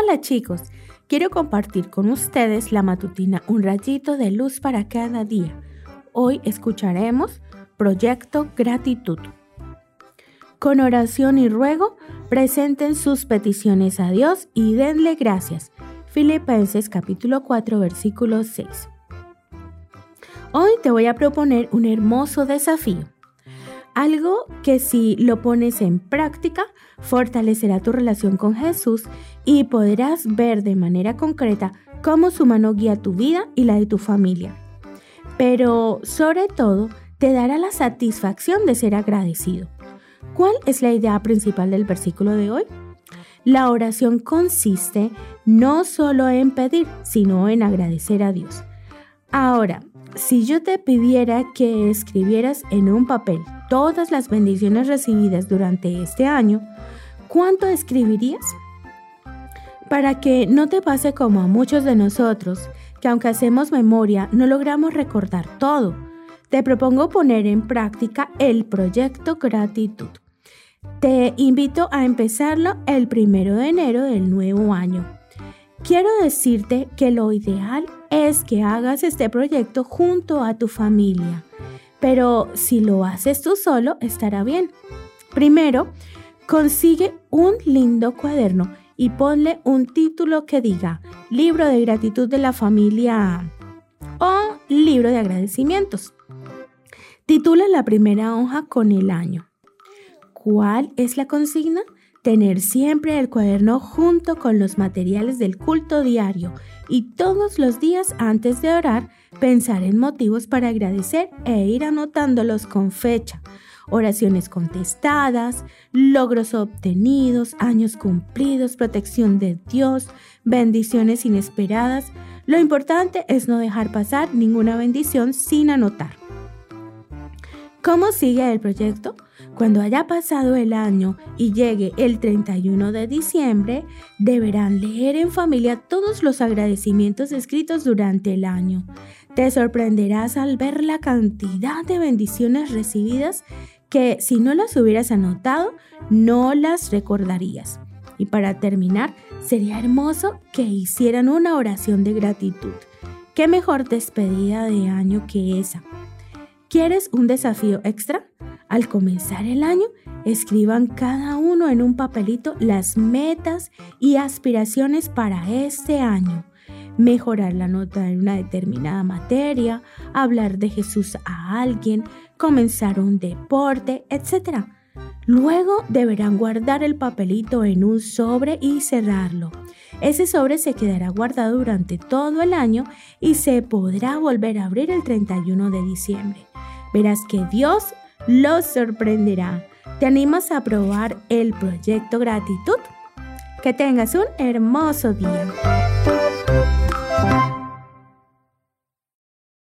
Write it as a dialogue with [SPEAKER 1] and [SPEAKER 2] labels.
[SPEAKER 1] Hola chicos, quiero compartir con ustedes la matutina Un rayito de luz para cada día. Hoy escucharemos Proyecto Gratitud. Con oración y ruego, presenten sus peticiones a Dios y denle gracias. Filipenses capítulo 4, versículo 6. Hoy te voy a proponer un hermoso desafío. Algo que si lo pones en práctica, fortalecerá tu relación con Jesús y podrás ver de manera concreta cómo su mano guía tu vida y la de tu familia. Pero sobre todo, te dará la satisfacción de ser agradecido. ¿Cuál es la idea principal del versículo de hoy? La oración consiste no solo en pedir, sino en agradecer a Dios. Ahora, si yo te pidiera que escribieras en un papel todas las bendiciones recibidas durante este año, ¿cuánto escribirías? Para que no te pase como a muchos de nosotros, que aunque hacemos memoria, no logramos recordar todo, te propongo poner en práctica el proyecto Gratitud. Te invito a empezarlo el 1 de enero del nuevo año. Quiero decirte que lo ideal es que hagas este proyecto junto a tu familia, pero si lo haces tú solo, estará bien. Primero, consigue un lindo cuaderno y ponle un título que diga Libro de Gratitud de la Familia o Libro de Agradecimientos. Titula la primera hoja con el año. ¿Cuál es la consigna? Tener siempre el cuaderno junto con los materiales del culto diario y todos los días antes de orar, pensar en motivos para agradecer e ir anotándolos con fecha, oraciones contestadas, logros obtenidos, años cumplidos, protección de Dios, bendiciones inesperadas. Lo importante es no dejar pasar ninguna bendición sin anotar. ¿Cómo sigue el proyecto? Cuando haya pasado el año y llegue el 31 de diciembre, deberán leer en familia todos los agradecimientos escritos durante el año. Te sorprenderás al ver la cantidad de bendiciones recibidas que si no las hubieras anotado, no las recordarías. Y para terminar, sería hermoso que hicieran una oración de gratitud. ¿Qué mejor despedida de año que esa? ¿Quieres un desafío extra? Al comenzar el año, escriban cada uno en un papelito las metas y aspiraciones para este año. Mejorar la nota en una determinada materia, hablar de Jesús a alguien, comenzar un deporte, etc. Luego deberán guardar el papelito en un sobre y cerrarlo. Ese sobre se quedará guardado durante todo el año y se podrá volver a abrir el 31 de diciembre. Verás que Dios los sorprenderá. ¿Te animas a probar el proyecto Gratitud? Que tengas un hermoso día.